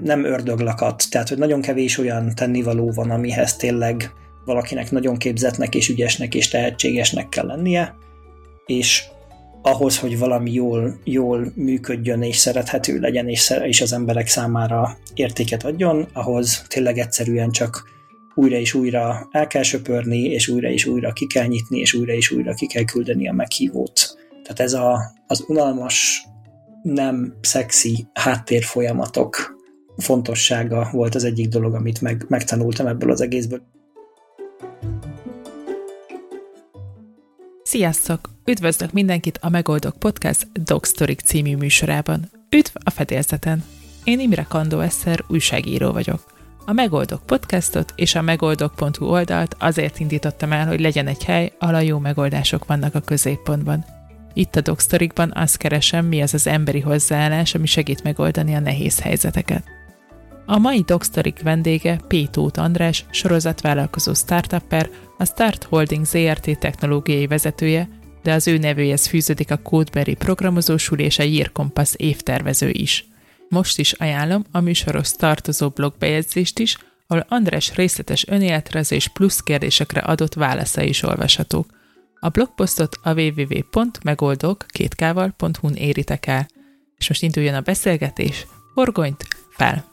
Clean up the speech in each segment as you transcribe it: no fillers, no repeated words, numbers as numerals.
nem ördöglakat, tehát hogy nagyon kevés olyan tennivaló van, amihez tényleg valakinek nagyon képzettnek és ügyesnek és tehetségesnek kell lennie, és ahhoz, hogy valami jól működjön és szerethető legyen, és az emberek számára értéket adjon, ahhoz tényleg egyszerűen csak újra és újra el kell söpörni, és újra ki kell nyitni, és újra ki kell küldeni a meghívót. Tehát ez az unalmas, nem szexi háttérfolyamatok fontossága volt az egyik dolog, amit megtanultam ebből az egészből. Sziasztok! Üdvözlök mindenkit a Megoldok Podcast Dogsztorik című műsorában. Üdv a fedélzeten! Én Imre Kandó Eszter, újságíró vagyok. A Megoldok Podcastot és a megoldok.hu oldalt azért indítottam el, hogy legyen egy hely, ahol a jó megoldások vannak a középpontban. Itt a Dogsztorikban azt keresem, mi az az emberi hozzáállás, ami segít megoldani a nehéz helyzeteket. A mai Dogsztorik vendége P. Tóth András, sorozatvállalkozó startupper, a Start Holding Zrt. Technológiai vezetője, de az ő nevéhez fűződik a Codeberry programozósul és a Year Compass évtervező is. Most is ajánlom a műsorhoz tartozó blogbejegyzést is, ahol András részletes önéletrajz plusz kérdésekre adott válaszai is olvashatók. A blogposztot a www.megoldok.hu-n éritek el. És most induljon a beszélgetés, horgonyt fel!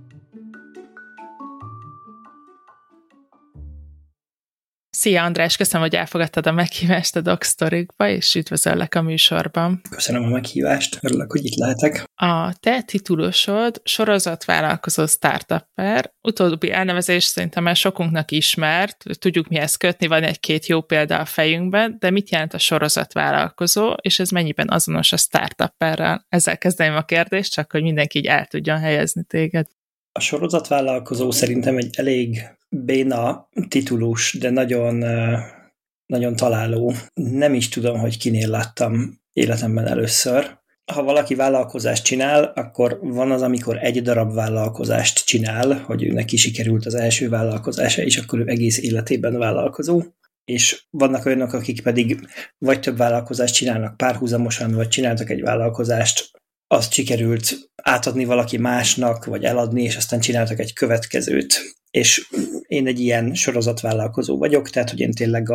Szia András, köszönöm, hogy elfogadtad a meghívást a Dogsztorikba, és üdvözöllek a műsorban. Köszönöm a meghívást, örülök, hogy itt lehetek. A te titulusod sorozatvállalkozó startupper, utóbbi elnevezés szerintem már sokunknak ismert, tudjuk mihez kötni, van egy-két jó példa a fejünkben, de mit jelent a sorozatvállalkozó, és ez mennyiben azonos a startupperrel? Ezzel kezdeném a kérdést, csak hogy mindenki így el tudjon helyezni téged. A sorozatvállalkozó szerintem egy elég béna titulus, de nagyon, nagyon találó. Nem is tudom, hogy kinél láttam életemben először. Ha valaki vállalkozást csinál, akkor van az, amikor egy darab vállalkozást csinál, hogy ő neki sikerült az első vállalkozása, és akkor ő egész életében vállalkozó. És vannak olyanok, akik pedig vagy több vállalkozást csinálnak párhuzamosan, vagy csináltak egy vállalkozást, azt sikerült átadni valaki másnak, vagy eladni, és aztán csináltak egy következőt. És én egy ilyen sorozatvállalkozó vagyok, tehát hogy én tényleg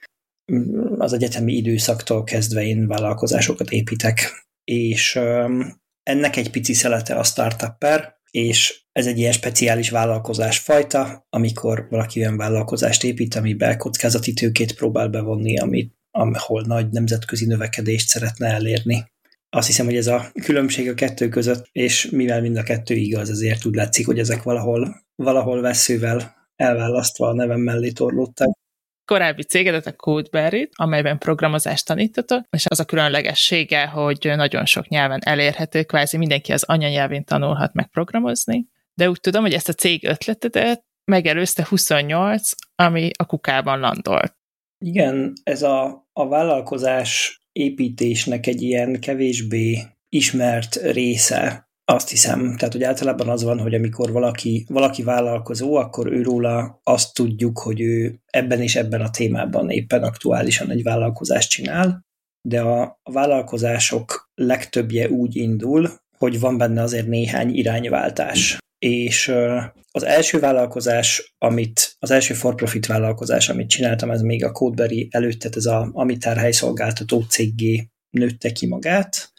az egyetemi időszaktól kezdve én vállalkozásokat építek. És ennek egy pici szelete a startupper, és ez egy ilyen speciális vállalkozásfajta, amikor valaki olyan vállalkozást épít, amiben kockázati tőkét próbál bevonni, ahol nagy nemzetközi növekedést szeretne elérni. Azt hiszem, hogy ez a különbség a kettő között, és mivel mind a kettő igaz, ezért úgy látszik, hogy ezek valahol vesszővel elválasztva a nevem mellé torlódtak. Korábbi cégedet, a Codeberry-t, amelyben programozást tanítotok, és az a különlegessége, hogy nagyon sok nyelven elérhető, kvázi mindenki az anyanyelvén tanulhat meg programozni, de úgy tudom, hogy ezt a cég ötletedet megelőzte 28, ami a kukában landolt. Igen, ez a vállalkozás építésnek egy ilyen kevésbé ismert része, azt hiszem. Tehát, hogy általában az van, hogy amikor valaki vállalkozó, akkor őróla azt tudjuk, hogy ő ebben és ebben a témában éppen aktuálisan egy vállalkozást csinál, de a vállalkozások legtöbbje úgy indul, hogy van benne azért néhány irányváltás. És az első vállalkozás, az első for-profit vállalkozás, amit csináltam, ez még a Codeberry előtt, tehát ez a amitárhelyszolgáltató céggé nőtte ki magát.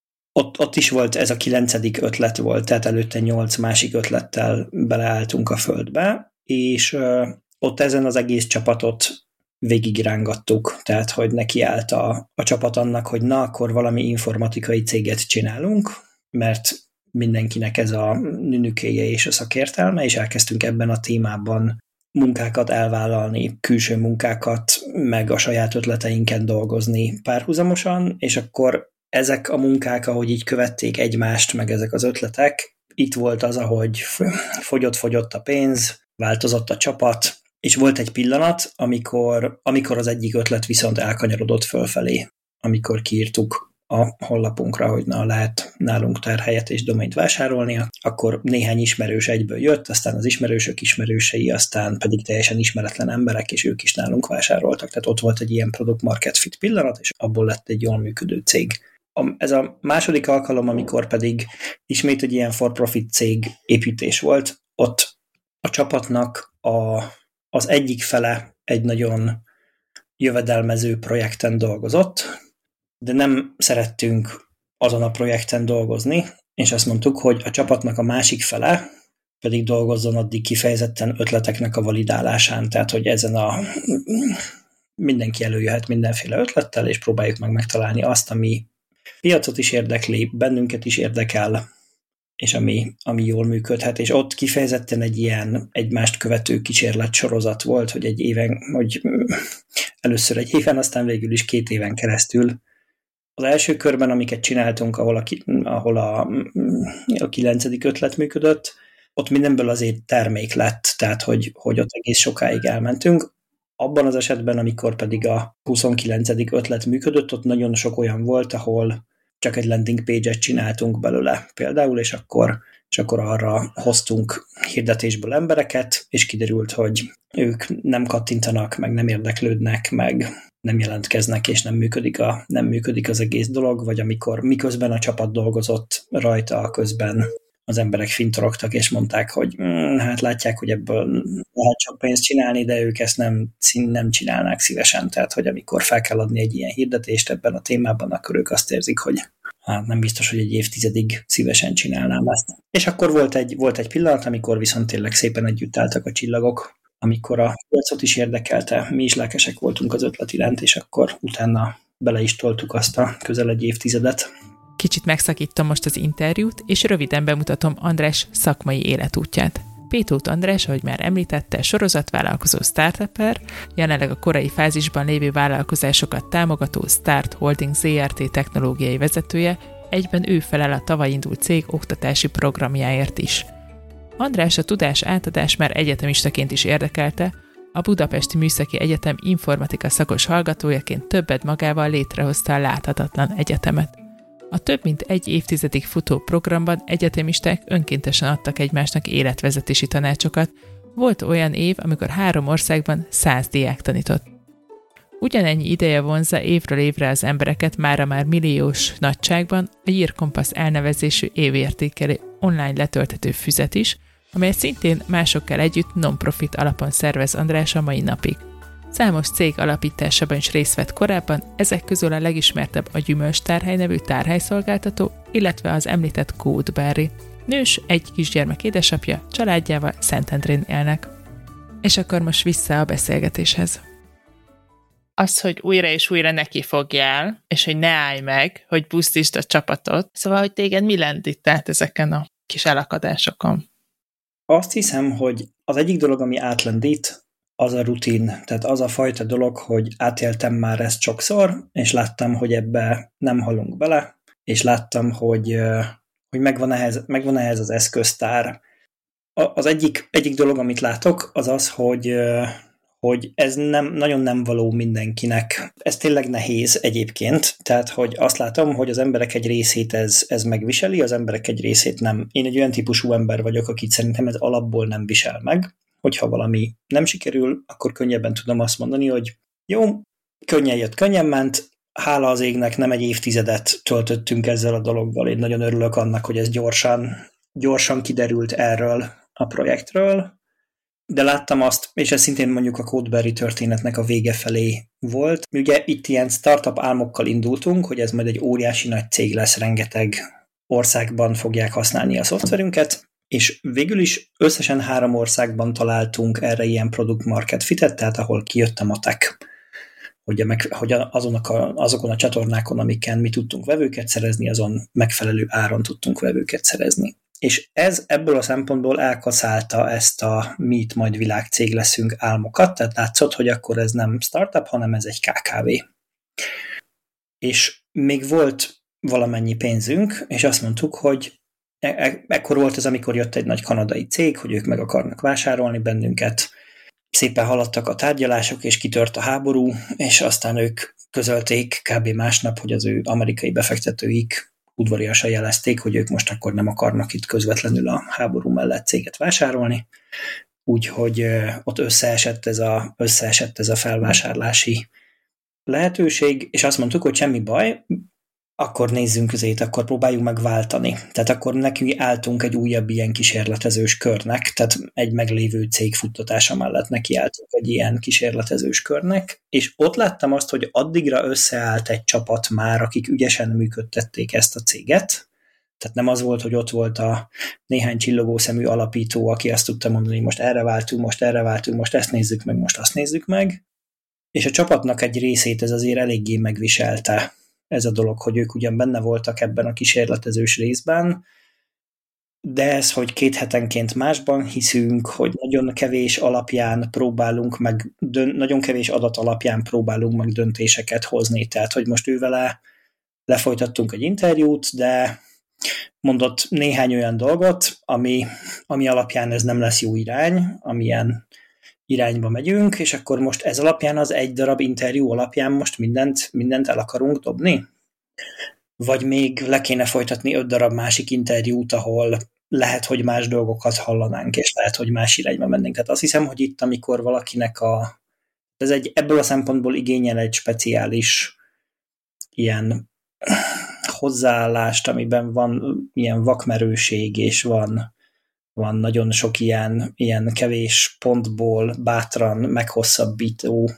Ott is volt, ez a 9. ötlet volt, tehát előtte 8 másik ötlettel beleálltunk a földbe, és ott ezen az egész csapatot végigirángattuk, tehát hogy nekiállt a csapat annak, hogy na, akkor valami informatikai céget csinálunk, mert mindenkinek ez a nünükéje és a szakértelme, és elkezdtünk ebben a témában munkákat elvállalni, külső munkákat, meg a saját ötleteinken dolgozni párhuzamosan, és akkor ezek a munkák, ahogy így követték egymást, meg ezek az ötletek, itt volt az, ahogy fogyott a pénz, változott a csapat, és volt egy pillanat, amikor az egyik ötlet viszont elkanyarodott fölfelé, amikor kiírtuk a honlapunkra, hogy lehet nálunk tárhelyet és domaint vásárolnia, akkor néhány ismerős egyből jött, aztán az ismerősök ismerősei, aztán pedig teljesen ismeretlen emberek, és ők is nálunk vásároltak. Tehát ott volt egy ilyen product market fit pillanat, és abból lett egy jól működő cég. ez a második alkalom, amikor pedig ismét egy ilyen for-profit cég építés volt, ott a csapatnak az egyik fele egy nagyon jövedelmező projekten dolgozott, de nem szerettünk azon a projekten dolgozni, és azt mondtuk, hogy a csapatnak a másik fele pedig dolgozzon addig kifejezetten ötleteknek a validálásán, tehát hogy ezen mindenki előjöhet mindenféle ötlettel, és próbáljuk meg megtalálni azt, ami piacot is érdekli, bennünket is érdekel, és ami jól működhet, és ott kifejezetten egy ilyen egymást követő kísérlet sorozat volt, hogy először egy éven, aztán végül is 2 éven keresztül. Az első körben, amiket csináltunk, ahol a 9. ötlet működött, ott mindenből azért termék lett, tehát hogy ott egész sokáig elmentünk. Abban az esetben, amikor pedig a 29. ötlet működött, ott nagyon sok olyan volt, ahol csak egy landing page-et csináltunk belőle például, és akkor arra hoztunk hirdetésből embereket, és kiderült, hogy ők nem kattintanak, meg nem érdeklődnek, meg nem jelentkeznek, és nem működik az egész dolog, vagy miközben a csapat dolgozott rajta, közben az emberek fintorogtak, és mondták, hogy hát látják, hogy ebből lehet sok pénzt csinálni, de ők ezt nem csinálnák szívesen. Tehát, hogy amikor fel kell adni egy ilyen hirdetést ebben a témában, akkor ők azt érzik, hogy hát nem biztos, hogy egy évtizedig szívesen csinálnám ezt. És akkor volt egy pillanat, amikor viszont tényleg szépen együtt álltak a csillagok, amikor a piacot is érdekelte, mi is lelkesek voltunk az ötlet iránt, és akkor utána bele is toltuk azt a közel egy évtizedet. Kicsit megszakítom most az interjút, és röviden bemutatom András szakmai életútját. Pétóth András, ahogy már említette, sorozatvállalkozó startupper, jelenleg a korai fázisban lévő vállalkozásokat támogató Start Holding ZRT technológiai vezetője, egyben ő felel a tavaly indult cég oktatási programjáért is. András a tudás átadás már egyetemistaként is érdekelte, a Budapesti Műszaki Egyetem informatika szakos hallgatójaként többet magával létrehozta a Láthatatlan Egyetemet. A több mint 1 évtizedig futó programban egyetemisták önkéntesen adtak egymásnak életvezetési tanácsokat, volt olyan év, amikor 3 országban 100 diák tanított. Ugyanennyi ideje vonzza évről évre az embereket mára már milliós nagyságban a Year Compass elnevezésű évértékelő online letölthető füzet is, amelyet szintén másokkal együtt non-profit alapon szervez András a mai napig. Számos cég alapításában is részt vett korábban, ezek közül a legismertebb a Gyümölcstárhely nevű tárhelyszolgáltató, illetve az említett Codeberry. Nős, 1 kisgyermek édesapja, családjával Szentendrén élnek. És akkor most vissza a beszélgetéshez. Az, hogy újra és újra nekifogjál, és hogy ne állj meg, hogy busztítsd a csapatot. Szóval, hogy téged mi lendített ezeken a kis elakadásokon? Azt hiszem, hogy az egyik dolog, ami átlendít, az a rutin, tehát az a fajta dolog, hogy átéltem már ezt sokszor, és láttam, hogy ebbe nem halunk bele, és láttam, hogy megvan ehhez az eszköztár. Az egyik dolog, amit látok, az az, hogy ez nagyon nem való mindenkinek. Ez tényleg nehéz egyébként, tehát hogy azt látom, hogy az emberek egy részét ez megviseli, az emberek egy részét nem. Én egy olyan típusú ember vagyok, akit szerintem ez alapból nem visel meg. Hogyha valami nem sikerül, akkor könnyebben tudom azt mondani, hogy jó, könnyen jött, könnyen ment, hála az égnek nem egy évtizedet töltöttünk ezzel a dologgal. Én nagyon örülök annak, hogy ez gyorsan kiderült erről a projektről, de láttam azt, és ez szintén mondjuk a Codeberry történetnek a vége felé volt. Mi ugye itt ilyen startup álmokkal indultunk, hogy ez majd egy óriási nagy cég lesz, rengeteg országban fogják használni a szoftverünket, és végül is összesen 3 országban találtunk erre ilyen product market fitet, tehát ahol kijött a matek, hogy azokon a csatornákon, amiken mi tudtunk vevőket szerezni, azon megfelelő áron tudtunk vevőket szerezni. És ez ebből a szempontból elkaszálta ezt a mi itt majd világcég leszünk álmokat, tehát látszott, hogy akkor ez nem startup, hanem ez egy KKV. És még volt valamennyi pénzünk, és azt mondtuk, hogy ekkor volt ez, amikor jött egy nagy kanadai cég, hogy ők meg akarnak vásárolni bennünket. Szépen haladtak a tárgyalások, és kitört a háború, és aztán ők közölték kb. Másnap, hogy az ő amerikai befektetőik udvariasan jelezték, hogy ők most akkor nem akarnak itt közvetlenül a háború mellett céget vásárolni. Úgyhogy ott összeesett ez a felvásárlási lehetőség, és azt mondtuk, hogy semmi baj, akkor nézzünk közét, akkor próbáljuk megváltani. Tehát akkor neki álltunk egy újabb ilyen kísérletezős körnek, tehát egy meglévő cég futtatása mellett nekiálltunk egy ilyen kísérletezős körnek, és ott láttam azt, hogy addigra összeállt egy csapat már, akik ügyesen működtették ezt a céget. Tehát nem az volt, hogy ott volt a néhány csillogó szemű alapító, aki azt tudta mondani, hogy most erre váltunk, most ezt nézzük meg, most azt nézzük meg. És a csapatnak egy részét ez azért eléggé megviselte, ez a dolog, hogy ők ugyan benne voltak ebben a kísérletezős részben, de ez, hogy 2 hetenként másban hiszünk, hogy nagyon kevés alapján próbálunk meg, nagyon kevés adat alapján próbálunk meg döntéseket hozni. Tehát, hogy most ővele lefolytattunk egy interjút, de mondott néhány olyan dolgot, ami alapján ez nem lesz jó irány, amilyen irányba megyünk, és akkor most ez alapján, az egy darab interjú alapján most mindent el akarunk dobni? Vagy még le kéne folytatni 5 darab másik interjút, ahol lehet, hogy más dolgokat hallanánk, és lehet, hogy más irányba mennénk. Tehát azt hiszem, hogy itt, amikor valakinek ez ebből a szempontból igényel egy speciális ilyen hozzáállást, amiben van ilyen vakmerőség, és van nagyon sok ilyen kevés pontból bátran meghosszabbító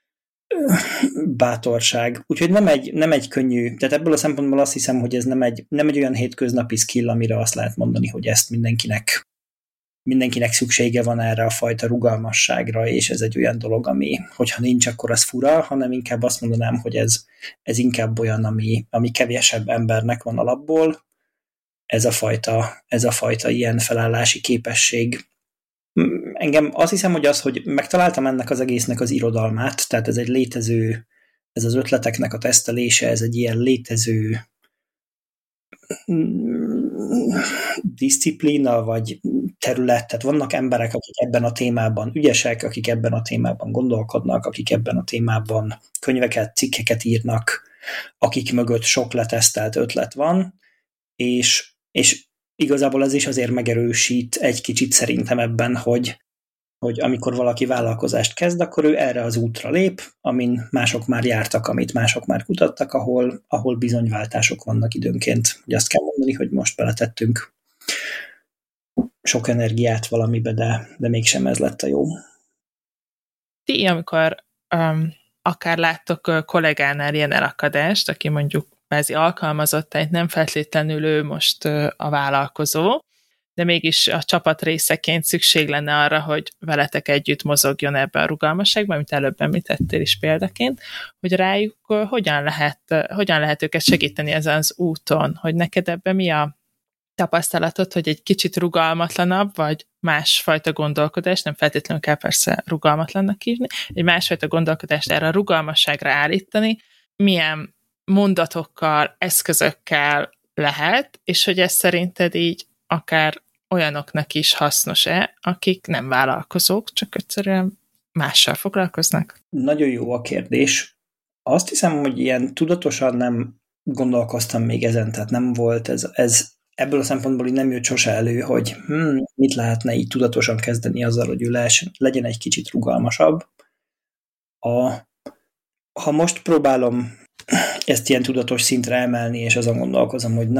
bátorság. Úgyhogy nem egy könnyű, tehát ebből a szempontból azt hiszem, hogy ez nem egy olyan hétköznapi skill, amire azt lehet mondani, hogy ezt mindenkinek szüksége van erre a fajta rugalmasságra, és ez egy olyan dolog, ami, hogyha nincs, akkor az fura, hanem inkább azt mondanám, hogy ez inkább olyan, ami kevesebb embernek van alapból, ez a fajta ilyen felállási képesség. Engem azt hiszem, hogy hogy megtaláltam ennek az egésznek az irodalmát, tehát ez egy létező, ez az ötleteknek a tesztelése, ez egy ilyen létező diszciplína, vagy terület, tehát vannak emberek, akik ebben a témában ügyesek, akik ebben a témában gondolkodnak, akik ebben a témában könyveket, cikkeket írnak, akik mögött sok letesztelt ötlet van, és igazából ez is azért megerősít egy kicsit szerintem ebben, hogy amikor valaki vállalkozást kezd, akkor ő erre az útra lép, amin mások már jártak, amit mások már kutattak, ahol bizonyváltások vannak időnként. Hogy azt kell mondani, hogy most beletettünk sok energiát valamibe, de mégsem ez lett a jó. Ti, amikor akár láttok kollégánál ilyen elakadást, aki mondjuk kvázi alkalmazott, tehát nem feltétlenül ő most a vállalkozó, de mégis a csapat részeként szükség lenne arra, hogy veletek együtt mozogjon ebbe a rugalmasságban, amit előbb említettél is példaként, hogy rájuk hogyan lehet őket segíteni ezen az úton, hogy neked ebben mi a tapasztalatod, hogy egy kicsit rugalmatlanabb, vagy másfajta gondolkodás, nem feltétlenül kell persze rugalmatlannak hívni, egy másfajta gondolkodást erre a rugalmasságra állítani, milyen mondatokkal, eszközökkel lehet, és hogy ez szerinted így akár olyanoknak is hasznos-e, akik nem vállalkozók, csak egyszerűen mással foglalkoznak? Nagyon jó a kérdés. Azt hiszem, hogy ilyen tudatosan nem gondolkoztam még ezen, tehát nem volt ez ebből a szempontból így nem jött sose elő, hogy mit lehetne így tudatosan kezdeni azzal, hogy ő legyen egy kicsit rugalmasabb. Ha most próbálom ezt ilyen tudatos szintre emelni, és azon gondolkozom, hogy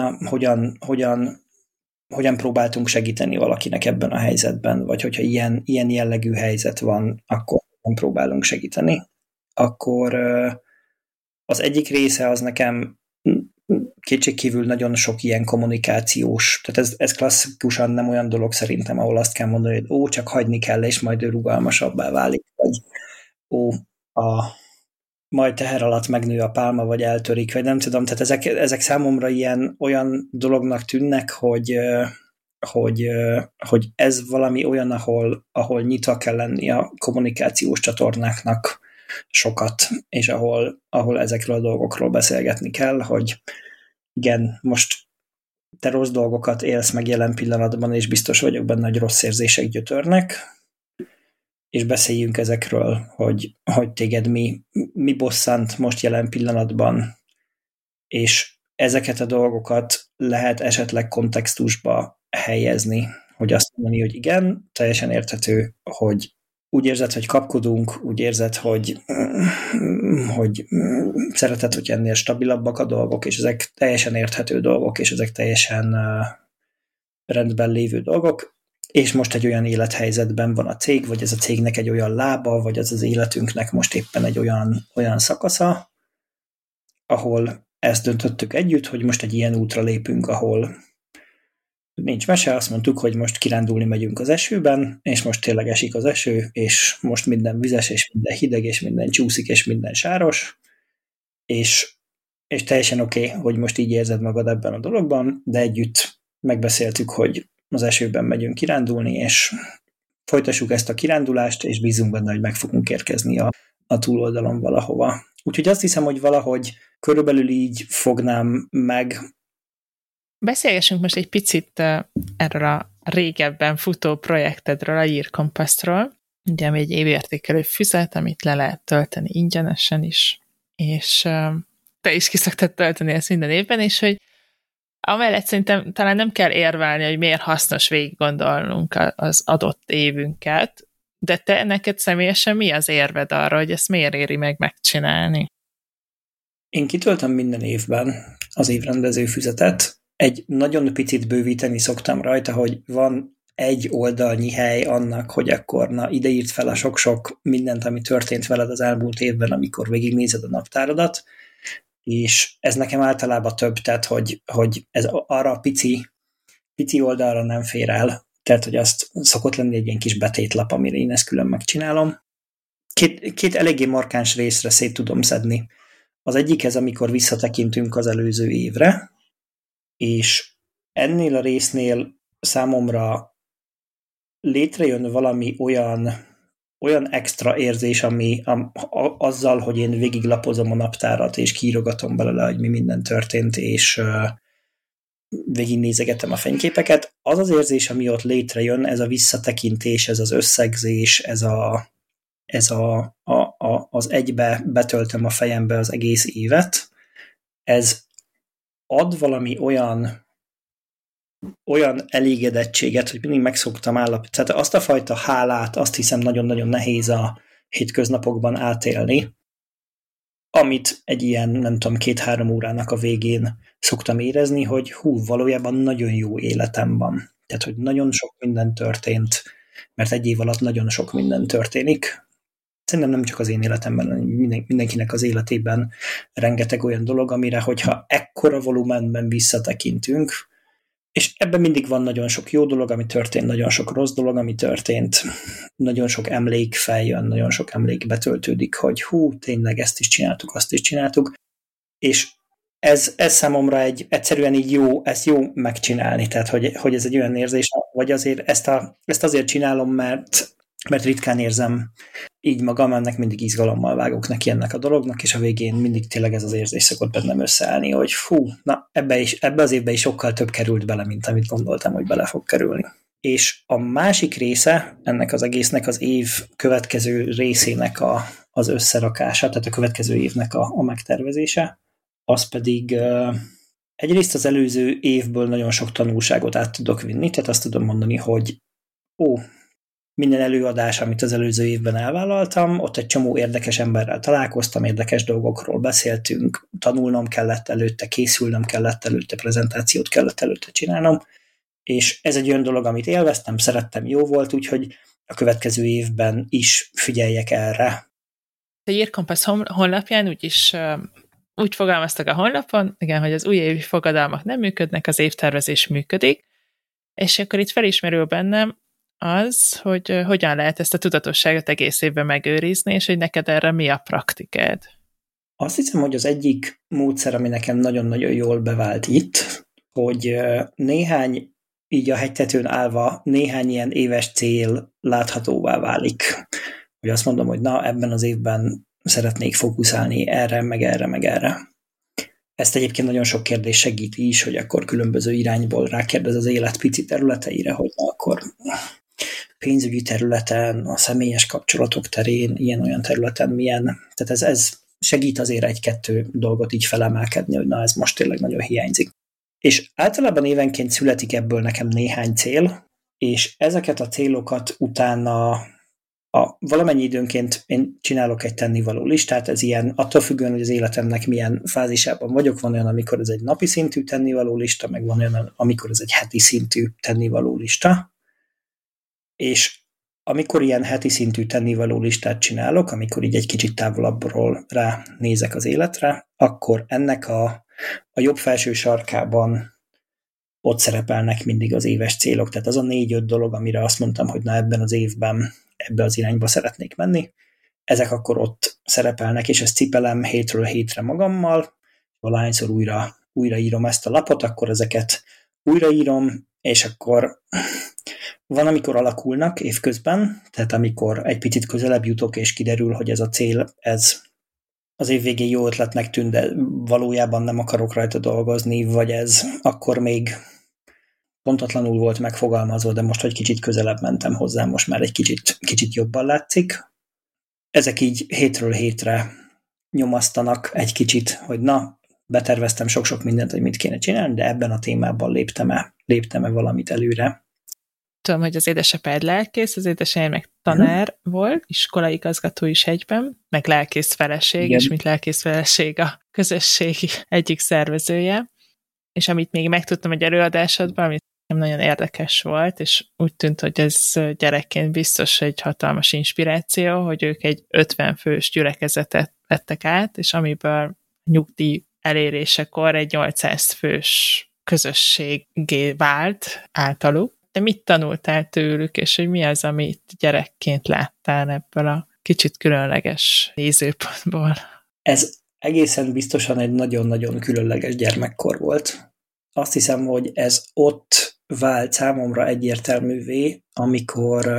hogyan próbáltunk segíteni valakinek ebben a helyzetben, vagy hogyha ilyen jellegű helyzet van, akkor nem próbálunk segíteni, akkor az egyik része az nekem kétségkívül nagyon sok ilyen kommunikációs, tehát ez klasszikusan nem olyan dolog szerintem, ahol azt kell mondani, hogy csak hagyni kell, és majd ő rugalmasabbá válik, vagy majd teher alatt megnő a pálma, vagy eltörik, vagy nem tudom, tehát ezek számomra olyan dolognak tűnnek, hogy ez valami olyan, ahol nyitva kell lenni a kommunikációs csatornáknak sokat, és ahol ezekről a dolgokról beszélgetni kell, hogy igen, most te rossz dolgokat élsz meg jelen pillanatban, és biztos vagyok benne, hogy rossz érzések gyötörnek, és beszéljünk ezekről, hogy téged mi bosszant most jelen pillanatban, és ezeket a dolgokat lehet esetleg kontextusba helyezni, hogy azt mondani, hogy igen, teljesen érthető, hogy úgy érzed, hogy kapkodunk, úgy érzed, hogy szereted, hogy ennél stabilabbak a dolgok, és ezek teljesen érthető dolgok, és ezek teljesen rendben lévő dolgok, és most egy olyan élethelyzetben van a cég, vagy ez a cégnek egy olyan lába, vagy az életünknek most éppen egy olyan szakasza, ahol ezt döntöttük együtt, hogy most egy ilyen útra lépünk, ahol nincs mese, azt mondtuk, hogy most kirándulni megyünk az esőben, és most tényleg esik az eső, és most minden vizes, és minden hideg, és minden csúszik, és minden sáros, és teljesen oké, hogy most így érzed magad ebben a dologban, de együtt megbeszéltük, hogy az esőben megyünk kirándulni, és folytassuk ezt a kirándulást, és bízunk benne, hogy meg fogunk érkezni a túloldalon valahova. Úgyhogy azt hiszem, hogy valahogy körülbelül így fognám meg. Beszélgessünk most egy picit erről a régebben futó projektedről, a Year Compass-ról. Ugye ami egy évértékelő füzet, amit le lehet tölteni ingyenesen is, és te is ki szoktad tölteni ezt minden évben, és hogy amellett szerintem talán nem kell érvelni, hogy miért hasznos végig gondolnunk az adott évünket, de te neked személyesen mi az érved arra, hogy ezt miért éri meg megcsinálni? Én kitöltöm minden évben az évrendező füzetet. Egy nagyon picit bővíteni szoktam rajta, hogy van egy oldalnyi hely annak, hogy akkor na, ide írt fel a sok-sok mindent, ami történt veled az elmúlt évben, amikor végignézed a naptáradat, és ez nekem általában több, tehát hogy ez arra a pici oldalra nem fér el, tehát hogy azt szokott lenni egy ilyen kis betétlap, amire én ezt külön megcsinálom. Két eléggé markáns részre szét tudom szedni. Az egyik ez, amikor visszatekintünk az előző évre, és ennél a résznél számomra létrejön valami olyan extra érzés, ami azzal, hogy én végiglapozom a naptárat, és kiírogatom belőle, hogy mi minden történt, és végignézegetem a fényképeket. Az az érzés, ami ott létrejön, ez a visszatekintés, ez az összegzés, az egybe betöltöm a fejembe az egész évet, ez ad valami olyan elégedettséget, hogy mindig megszoktam állapítani. Tehát azt a fajta hálát, azt hiszem nagyon-nagyon nehéz a hétköznapokban átélni, amit egy ilyen, nem tudom, 2-3 órának a végén szoktam érezni, hogy valójában nagyon jó életem van. Tehát, hogy nagyon sok minden történt, mert egy év alatt nagyon sok minden történik. Szerintem nem csak az én életemben, hanem mindenkinek az életében rengeteg olyan dolog, amire, hogyha ekkora volumenben visszatekintünk, és ebben mindig van nagyon sok jó dolog, ami történt, nagyon sok rossz dolog, ami történt, nagyon sok emlék feljön, nagyon sok emlék betöltődik, hogy tényleg ezt is csináltuk, azt is csináltuk, és ez számomra egyszerűen így ezt jó megcsinálni, tehát hogy ez egy olyan érzés, vagy azért ezt azért csinálom, mert ritkán érzem így magam, ennek mindig izgalommal vágok neki ennek a dolognak, és a végén mindig tényleg ez az érzés szokott bennem összeállni, hogy ebbe az évben is sokkal több került bele, mint amit gondoltam, hogy bele fog kerülni. És a másik része ennek az egésznek az év következő részének az összerakása, tehát a következő évnek a megtervezése, az pedig egyrészt az előző évből nagyon sok tanulságot át tudok vinni, tehát azt tudom mondani, hogy minden előadás, amit az előző évben elvállaltam, ott egy csomó érdekes emberrel találkoztam, érdekes dolgokról beszéltünk, tanulnom kellett előtte, készülnöm kellett előtte, prezentációt kellett előtte csinálnom, és ez egy olyan dolog, amit élveztem, szerettem, jó volt, úgyhogy a következő évben is figyeljek erre. A Year Compass honlapján úgy fogalmaztak a honlapon, igen, hogy az újévi fogadalmak nem működnek, az évtervezés működik, és akkor itt felismerül bennem az, hogy hogyan lehet ezt a tudatosságot egész évben megőrizni, és hogy neked erre mi a praktikád? Azt hiszem, hogy az egyik módszer, ami nekem nagyon-nagyon jól bevált itt, hogy néhány, így a hegytetőn állva, néhány ilyen éves cél láthatóvá válik. Hogy azt mondom, hogy ebben az évben szeretnék fókuszálni erre, meg erre, meg erre. Ezt egyébként nagyon sok kérdés segíti is, hogy akkor különböző irányból rákérdez az élet pici területeire, hogy akkor pénzügyi területen, a személyes kapcsolatok terén, ilyen-olyan területen milyen. Tehát ez segít azért 1-2 dolgot így felemelkedni, hogy ez most tényleg nagyon hiányzik. És általában évenként születik ebből nekem néhány cél, és ezeket a célokat utána valamennyi időnként én csinálok egy tennivaló listát, ez ilyen attól függően, hogy az életemnek milyen fázisában vagyok, van olyan, amikor ez egy napi szintű tennivaló lista, meg van olyan, amikor ez egy heti szintű tennivaló lista, és amikor ilyen heti szintű tennivaló listát csinálok, amikor így egy kicsit távolabbról ránézek az életre, akkor ennek a jobb felső sarkában ott szerepelnek mindig az éves célok. Tehát az a 4-5 dolog, amire azt mondtam, hogy na ebben az évben ebbe az irányba szeretnék menni, ezek akkor ott szerepelnek, és ezt cipelem hétről hétre magammal, valahányszor újraírom ezt a lapot, akkor ezeket újraírom, és akkor van, amikor alakulnak évközben, tehát amikor egy picit közelebb jutok, és kiderül, hogy ez a cél, ez az év végén jó ötletnek tűnt, de valójában nem akarok rajta dolgozni, vagy ez akkor még pontatlanul volt megfogalmazva, de most, hogy kicsit közelebb mentem hozzá, most már egy kicsit jobban látszik. Ezek így hétről hétre nyomasztanak egy kicsit, hogy na, beterveztem sok-sok mindent, hogy mit kéne csinálni, de ebben a témában léptem-e valamit előre. Tudom, hogy az édesapád lelkész, az édesanyád meg tanár volt, iskolai igazgató is egyben, meg lelkész feleség, igen. És mint lelkész feleség a közösségi egyik szervezője. És amit még megtudtam egy előadásodban, amit nagyon érdekes volt, és úgy tűnt, hogy ez gyerekként biztos egy hatalmas inspiráció, hogy ők egy 50 fős gyülekezetet vettek át, és amiből nyugdíj elérésekor egy 800 fős közösségé vált általuk. De mit tanultál tőlük, és hogy mi az, amit gyerekként láttál ebből a kicsit különleges nézőpontból? Ez egészen biztosan egy nagyon-nagyon különleges gyermekkor volt. Azt hiszem, hogy ez ott vált számomra egyértelművé, amikor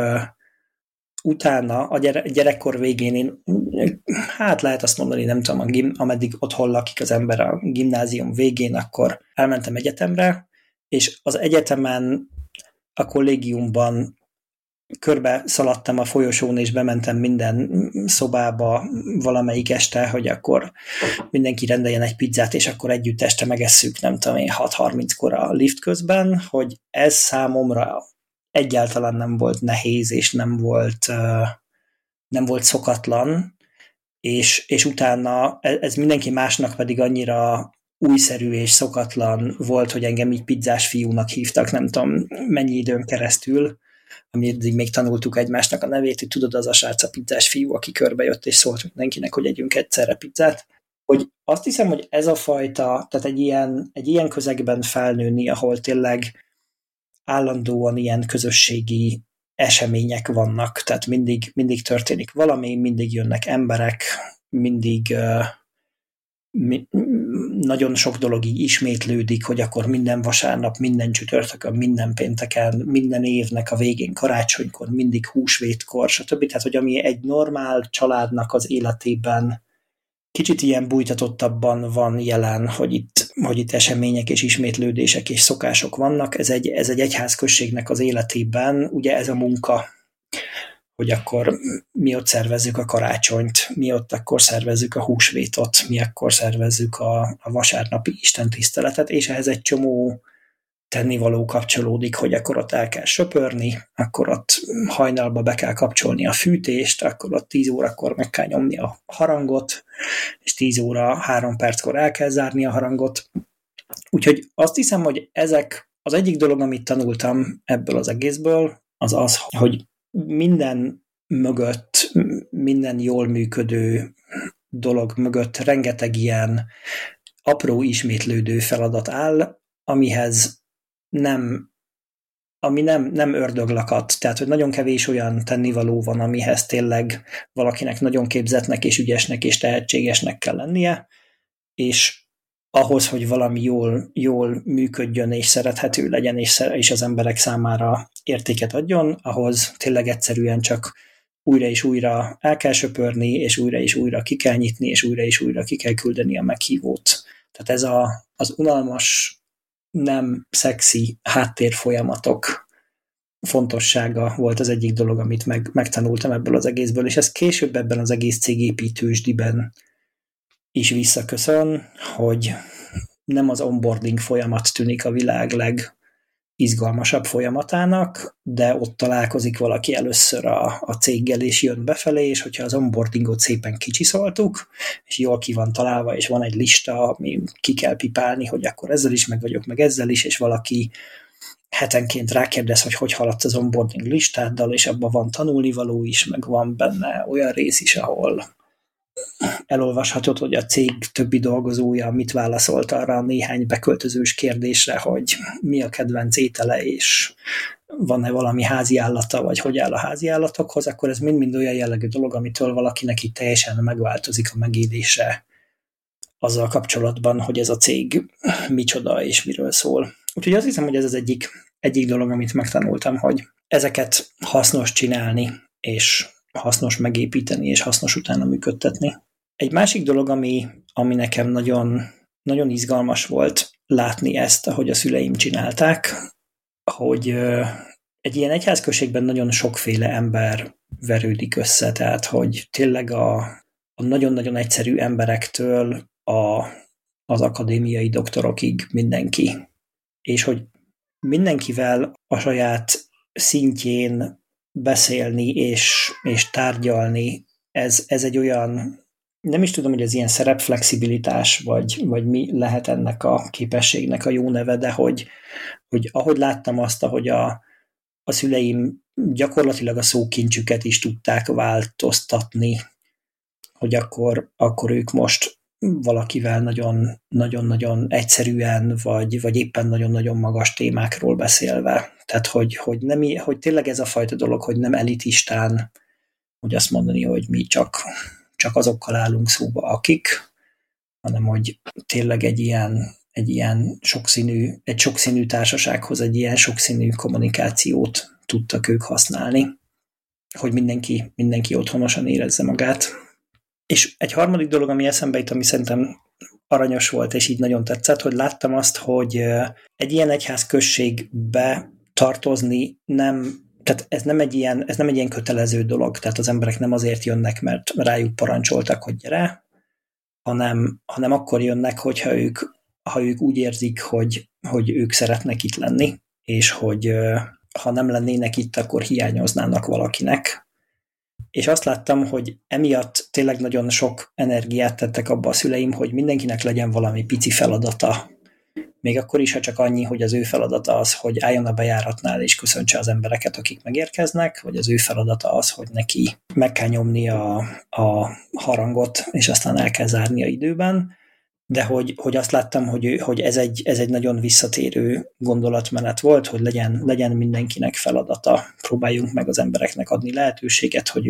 utána, a gyerekkor végén én, hát lehet azt mondani, nem tudom, ameddig otthon lakik az ember a gimnázium végén, akkor elmentem egyetemre, és az egyetemen a kollégiumban körbe szaladtam a folyosón, és bementem minden szobába valamelyik este, hogy akkor mindenki rendeljen egy pizzát, és akkor együtt este megesszük, nem tudom én, 6:30-kor a lift közben, hogy ez számomra egyáltalán nem volt nehéz, és nem volt szokatlan, és utána ez mindenki másnak pedig annyira újszerű és szokatlan volt, hogy engem így pizzás fiúnak hívtak, nem tudom mennyi időn keresztül, amíg még tanultuk egymásnak a nevét, hogy tudod, az a srác a pizzás fiú, aki körbejött és szólt mindenkinek, hogy együnk egyszerre pizzát. Hogy azt hiszem, hogy ez a fajta, tehát egy ilyen közegben felnőni, ahol tényleg állandóan ilyen közösségi események vannak, tehát mindig történik valami, mindig jönnek emberek, mindig nagyon sok dolog így ismétlődik, hogy akkor minden vasárnap, minden csütörtökön, minden pénteken, minden évnek a végén, karácsonykor, mindig húsvétkor, stb. Tehát, hogy ami egy normál családnak az életében kicsit ilyen bújtatottabban van jelen, hogy itt események és ismétlődések és szokások vannak, ez egy egyházközségnek az életében, ugye ez a munka, hogy akkor mi ott szervezzük a karácsonyt, mi ott akkor szervezzük a húsvétot, mi akkor szervezzük a vasárnapi istentiszteletet, és ehhez egy csomó tennivaló kapcsolódik, hogy akkor ott el kell söpörni, akkor ott hajnalba be kell kapcsolni a fűtést, akkor ott 10 órakor meg kell nyomni a harangot, és 10 óra 3 perckor el kell zárni a harangot. Úgyhogy azt hiszem, hogy ezek az egyik dolog, amit tanultam ebből az egészből, az, hogy minden mögött, minden jól működő dolog mögött rengeteg ilyen apró ismétlődő feladat áll, ami nem ördöglakat. Tehát, hogy nagyon kevés olyan tennivaló van, amihez tényleg valakinek nagyon képzettnek és ügyesnek és tehetségesnek kell lennie, és ahhoz, hogy valami jól működjön és szerethető legyen, és az emberek számára értéket adjon, ahhoz tényleg egyszerűen csak újra és újra el kell söpörni, és újra ki kell nyitni, és újra ki kell küldeni a meghívót. Tehát ez az unalmas, nem szexi háttérfolyamatok fontossága volt az egyik dolog, amit megtanultam ebből az egészből, és ez később ebben az egész cégépítősdiben is visszaköszön, hogy nem az onboarding folyamat tűnik a világ izgalmasabb folyamatának, de ott találkozik valaki először a céggel, és jön befelé, és hogyha az onboardingot szépen kicsiszoltuk, és jól ki van találva, és van egy lista, ami ki kell pipálni, hogy akkor ezzel is meg vagyok, meg ezzel is, és valaki hetenként rákérdez, hogy haladt az onboarding listáddal, és abban van tanulnivaló is, meg van benne olyan rész is, ahol elolvashatod, hogy a cég többi dolgozója mit válaszolt arra a néhány beköltözős kérdésre, hogy mi a kedvenc étele, és van-e valami háziállata, vagy hogy áll a háziállatokhoz, akkor ez mind-mind olyan jellegű dolog, amitől valakinek itt teljesen megváltozik a megélése azzal kapcsolatban, hogy ez a cég micsoda és miről szól. Úgyhogy azt hiszem, hogy ez az egyik dolog, amit megtanultam, hogy ezeket hasznos csinálni, és hasznos megépíteni, és hasznos utána működtetni. Egy másik dolog, ami nekem nagyon, nagyon izgalmas volt látni ezt, ahogy a szüleim csinálták, hogy egy ilyen egyházközségben nagyon sokféle ember verődik össze, tehát hogy tényleg a nagyon-nagyon egyszerű emberektől az akadémiai doktorokig mindenki. És hogy mindenkivel a saját szintjén beszélni és tárgyalni, ez egy olyan, nem is tudom, hogy ez ilyen szerepflexibilitás, vagy mi lehet ennek a képességnek a jó neve, de hogy ahogy láttam azt, ahogy a szüleim gyakorlatilag a szókincsüket is tudták változtatni, hogy akkor ők most valakivel nagyon-nagyon egyszerűen, vagy éppen nagyon-nagyon magas témákról beszélve. Tehát, hogy tényleg ez a fajta dolog, hogy nem elitistán, hogy azt mondani, hogy mi csak azokkal állunk szóba, akik, hanem hogy tényleg egy ilyen sokszínű társasághoz egy ilyen sokszínű kommunikációt tudtak ők használni, hogy mindenki otthonosan érezze magát. És egy harmadik dolog, ami eszembe jut, ami szerintem aranyos volt, és így nagyon tetszett, hogy láttam azt, hogy egy ilyen egyházközségbe tartozni tehát ez nem egy ilyen kötelező dolog, tehát az emberek nem azért jönnek, mert rájuk parancsoltak, hogy gyere, hanem akkor jönnek, hogyha ők úgy érzik, hogy ők szeretnek itt lenni, és hogy ha nem lennének itt, akkor hiányoznának valakinek. És azt láttam, hogy emiatt tényleg nagyon sok energiát tettek abba a szüleim, hogy mindenkinek legyen valami pici feladata. Még akkor is, ha csak annyi, hogy az ő feladata az, hogy álljon a bejáratnál és köszöntse az embereket, akik megérkeznek, vagy az ő feladata az, hogy neki meg kell nyomni a harangot, és aztán el kell zárni a időben. De hogy azt láttam, hogy ez egy nagyon visszatérő gondolatmenet volt, hogy legyen mindenkinek feladata. Próbáljunk meg az embereknek adni lehetőséget, hogy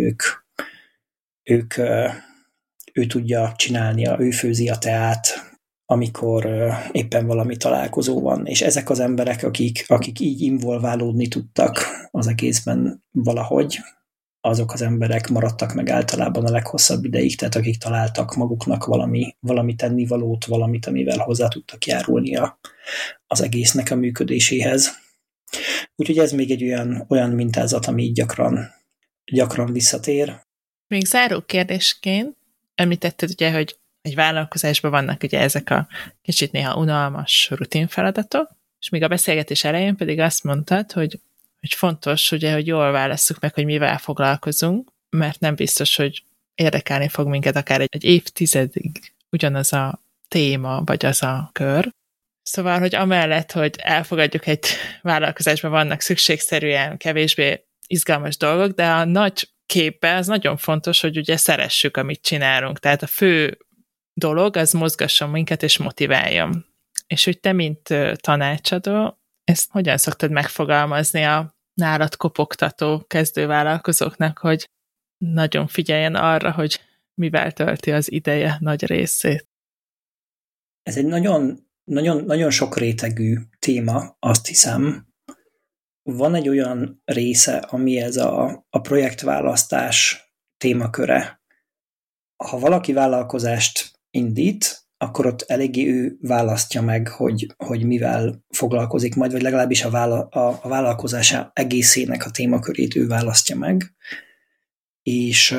ő tudja csinálni, ő főzi a teát, amikor éppen valami találkozó van. És ezek az emberek, akik így involválódni tudtak az egészben valahogy, azok az emberek maradtak meg általában a leghosszabb ideig, tehát akik találtak maguknak valami tennivalót, valamit, amivel hozzá tudtak járulni az egésznek a működéséhez. Úgyhogy ez még egy olyan mintázat, ami így gyakran visszatér. Még záró kérdésként említetted ugye, hogy egy vállalkozásban vannak ugye ezek a kicsit néha unalmas rutinfeladatok, és még a beszélgetés elején pedig azt mondtad, hogy fontos, ugye, hogy jól válasszuk meg, hogy mivel foglalkozunk, mert nem biztos, hogy érdekelni fog minket akár egy évtizedig ugyanaz a téma, vagy az a kör. Szóval, hogy amellett, hogy elfogadjuk egy vállalkozásban vannak szükségszerűen kevésbé izgalmas dolgok, de a nagy képben az nagyon fontos, hogy ugye szeressük, amit csinálunk. Tehát a fő dolog az mozgasson minket és motiváljon. És hogy te, mint tanácsadó, ezt hogyan szoktad megfogalmazni a nálad kopogtató kezdővállalkozóknak, hogy nagyon figyeljen arra, hogy mivel tölti az ideje nagy részét? Ez egy nagyon, nagyon, nagyon sok rétegű téma, azt hiszem. Van egy olyan része, ami ez a projektválasztás témaköre. Ha valaki vállalkozást indít, akkor ott eléggé ő választja meg, hogy mivel foglalkozik majd, vagy legalábbis a vállalkozása egészének a témakörét ő választja meg. És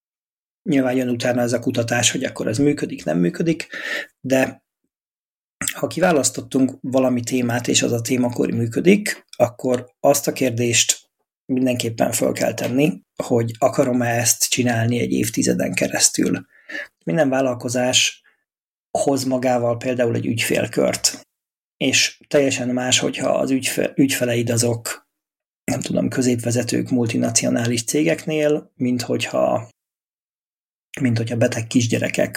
nyilván jön utána ez a kutatás, hogy akkor ez működik, nem működik, de ha kiválasztottunk valami témát, és az a témakor működik, akkor azt a kérdést mindenképpen fel kell tenni, hogy akarom-e ezt csinálni egy évtizeden keresztül. Minden vállalkozás hoz magával például egy ügyfélkört, és teljesen más, hogyha az ügyfeleid azok, nem tudom, középvezetők multinacionális cégeknél, mint hogyha beteg kisgyerekek,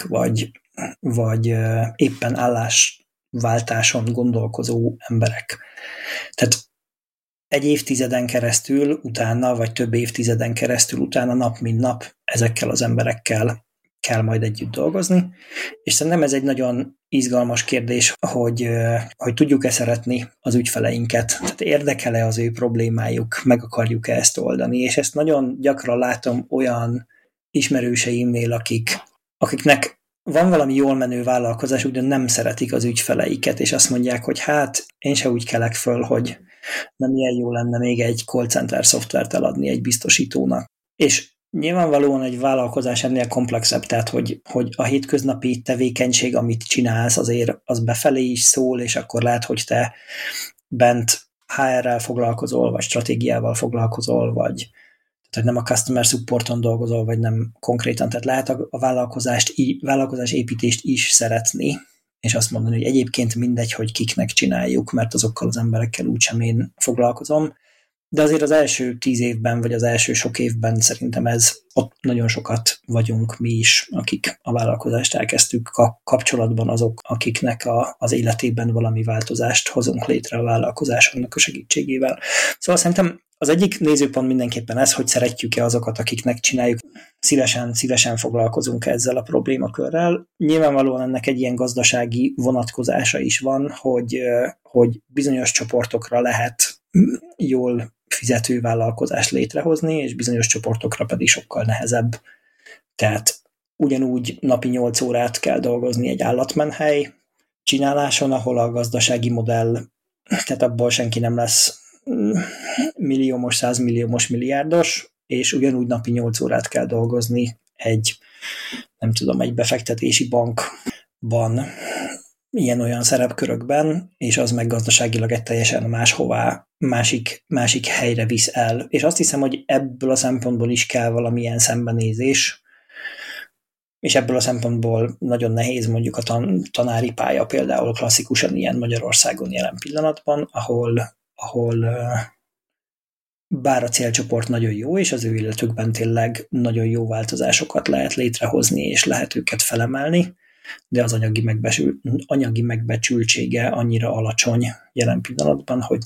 vagy éppen állásváltáson gondolkozó emberek. Tehát egy évtizeden keresztül utána, vagy több évtizeden keresztül utána nap mint nap ezekkel az emberekkel kell majd együtt dolgozni, és szerintem ez egy nagyon izgalmas kérdés, hogy tudjuk-e szeretni az ügyfeleinket, tehát érdekel-e az ő problémájuk, meg akarjuk-e ezt oldani, és ezt nagyon gyakran látom olyan ismerőseimnél, akiknek van valami jól menő vállalkozás, de nem szeretik az ügyfeleiket, és azt mondják, hogy hát én se úgy kelek föl, hogy nem ilyen jó lenne még egy call center szoftvert eladni egy biztosítónak. És nyilvánvalóan egy vállalkozás ennél komplexebb, tehát hogy a hétköznapi tevékenység, amit csinálsz, azért az befelé is szól, és akkor lehet, hogy te bent HR-rel foglalkozol, vagy stratégiával foglalkozol, vagy tehát nem a customer supporton dolgozol, vagy nem konkrétan. Tehát lehet a vállalkozás építést is szeretni, és azt mondani, hogy egyébként mindegy, hogy kiknek csináljuk, mert azokkal az emberekkel úgysem én foglalkozom. De azért az első 10 évben, vagy az első sok évben szerintem ott nagyon sokat vagyunk mi is, akik a vállalkozást elkezdtük kapcsolatban azok, akiknek az életében valami változást hozunk létre a vállalkozásunknak a segítségével. Szóval szerintem az egyik nézőpont mindenképpen ez, hogy szeretjük-e azokat, akiknek csináljuk, szívesen foglalkozunk ezzel a problémakörrel. Nyilvánvalóan ennek egy ilyen gazdasági vonatkozása is van, hogy bizonyos csoportokra lehet jól fizető vállalkozást létrehozni, és bizonyos csoportokra pedig sokkal nehezebb. Tehát ugyanúgy napi 8 órát kell dolgozni egy állatmenhely csináláson, ahol a gazdasági modell, tehát abból senki nem lesz milliómos, 100 milliómos, milliárdos, és ugyanúgy napi 8 órát kell dolgozni egy befektetési bankban, ilyen-olyan szerepkörökben, és az meg gazdaságilag egy teljesen máshová, másik helyre visz el. És azt hiszem, hogy ebből a szempontból is kell valamilyen szembenézés, és ebből a szempontból nagyon nehéz mondjuk a tanári pálya például klasszikusan ilyen Magyarországon jelen pillanatban, ahol bár a célcsoport nagyon jó, és az ő életükben tényleg nagyon jó változásokat lehet létrehozni, és lehet őket felemelni, de az anyagi megbecsültsége annyira alacsony jelen pillanatban, hogy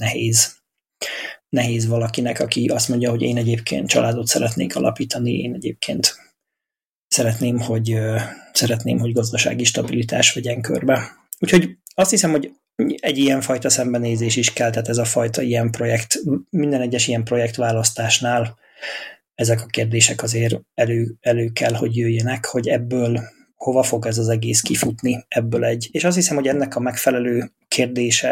nehéz valakinek, aki azt mondja, hogy én egyébként családot szeretnék alapítani, én egyébként szeretném, hogy gazdasági stabilitás vegyen körbe. Úgyhogy azt hiszem, hogy egy ilyen fajta szembenézés is kell, tehát ez a fajta ilyen projekt, minden egyes ilyen projektválasztásnál ezek a kérdések azért elő kell, hogy jöjjenek, hogy ebből hova fog ez az egész kifutni és azt hiszem, hogy ennek a megfelelő kérdése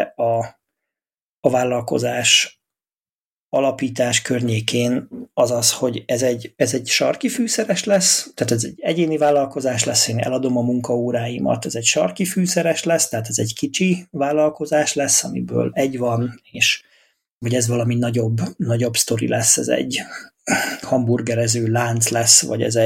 a vállalkozás alapítás környékén az, hogy ez egy sarki fűszeres lesz, tehát ez egy egyéni vállalkozás lesz, én eladom a munkaóráimat, ez egy sarki fűszeres lesz, tehát ez egy kicsi vállalkozás lesz, amiből egy van, vagy ez valami nagyobb sztori lesz, ez egy hamburgerező lánc lesz, vagy ez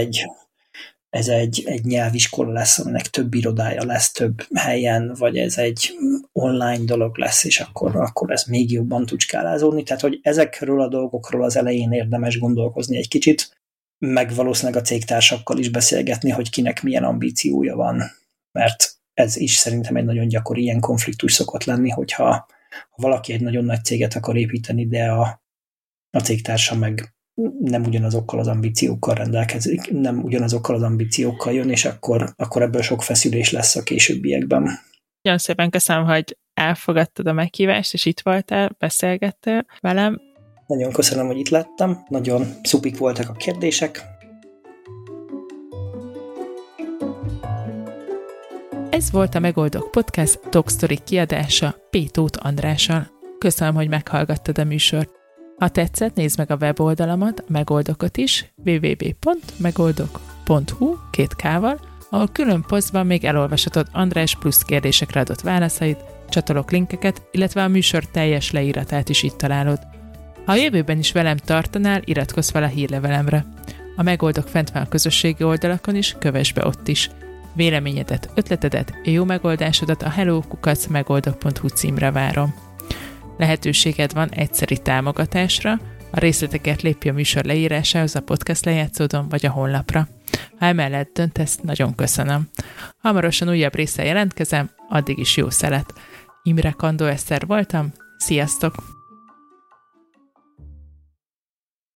egy nyelviskola lesz, aminek több irodája lesz több helyen, vagy ez egy online dolog lesz, és akkor ez még jobban tud skálázódni. Tehát, hogy ezekről a dolgokról az elején érdemes gondolkozni egy kicsit, meg valószínűleg a cégtársakkal is beszélgetni, hogy kinek milyen ambíciója van. Mert ez is szerintem egy nagyon gyakori ilyen konfliktus szokott lenni, hogyha valaki egy nagyon nagy céget akar építeni, de a cégtársa meg nem ugyanazokkal az ambíciókkal rendelkezik, nem ugyanazokkal az ambíciókkal jön, és akkor ebből sok feszülés lesz a későbbiekben. Nagyon szépen köszönöm, hogy elfogadtad a meghívást, és itt voltál, beszélgettél velem. Nagyon köszönöm, hogy itt lettem, nagyon szupik voltak a kérdések. Ez volt a Megoldok Podcast Dogstory kiadása P. Tóth Andrással. Köszönöm, hogy meghallgattad a műsort. Ha tetszett, nézd meg a weboldalamat, a Megoldokot is, www.megoldok.hu 2 k-val, ahol külön posztban még elolvashatod András plusz kérdésekre adott válaszait, csatolok linkeket, illetve a műsor teljes leíratát is itt találod. Ha a jövőben is velem tartanál, iratkozz fel a hírlevelemre. A Megoldok fent van a közösségi oldalakon is, kövess be ott is. Véleményedet, ötletedet, jó megoldásodat a hello@megoldok.hu címre várom. Lehetőséged van egyszeri támogatásra, a részleteket lépj a műsor leírásához a podcast lejátszódon vagy a honlapra. Ha emellett döntesz, nagyon köszönöm. Hamarosan újabb résszel jelentkezem, addig is jó szelet. Imre Kandó Eszter voltam, sziasztok!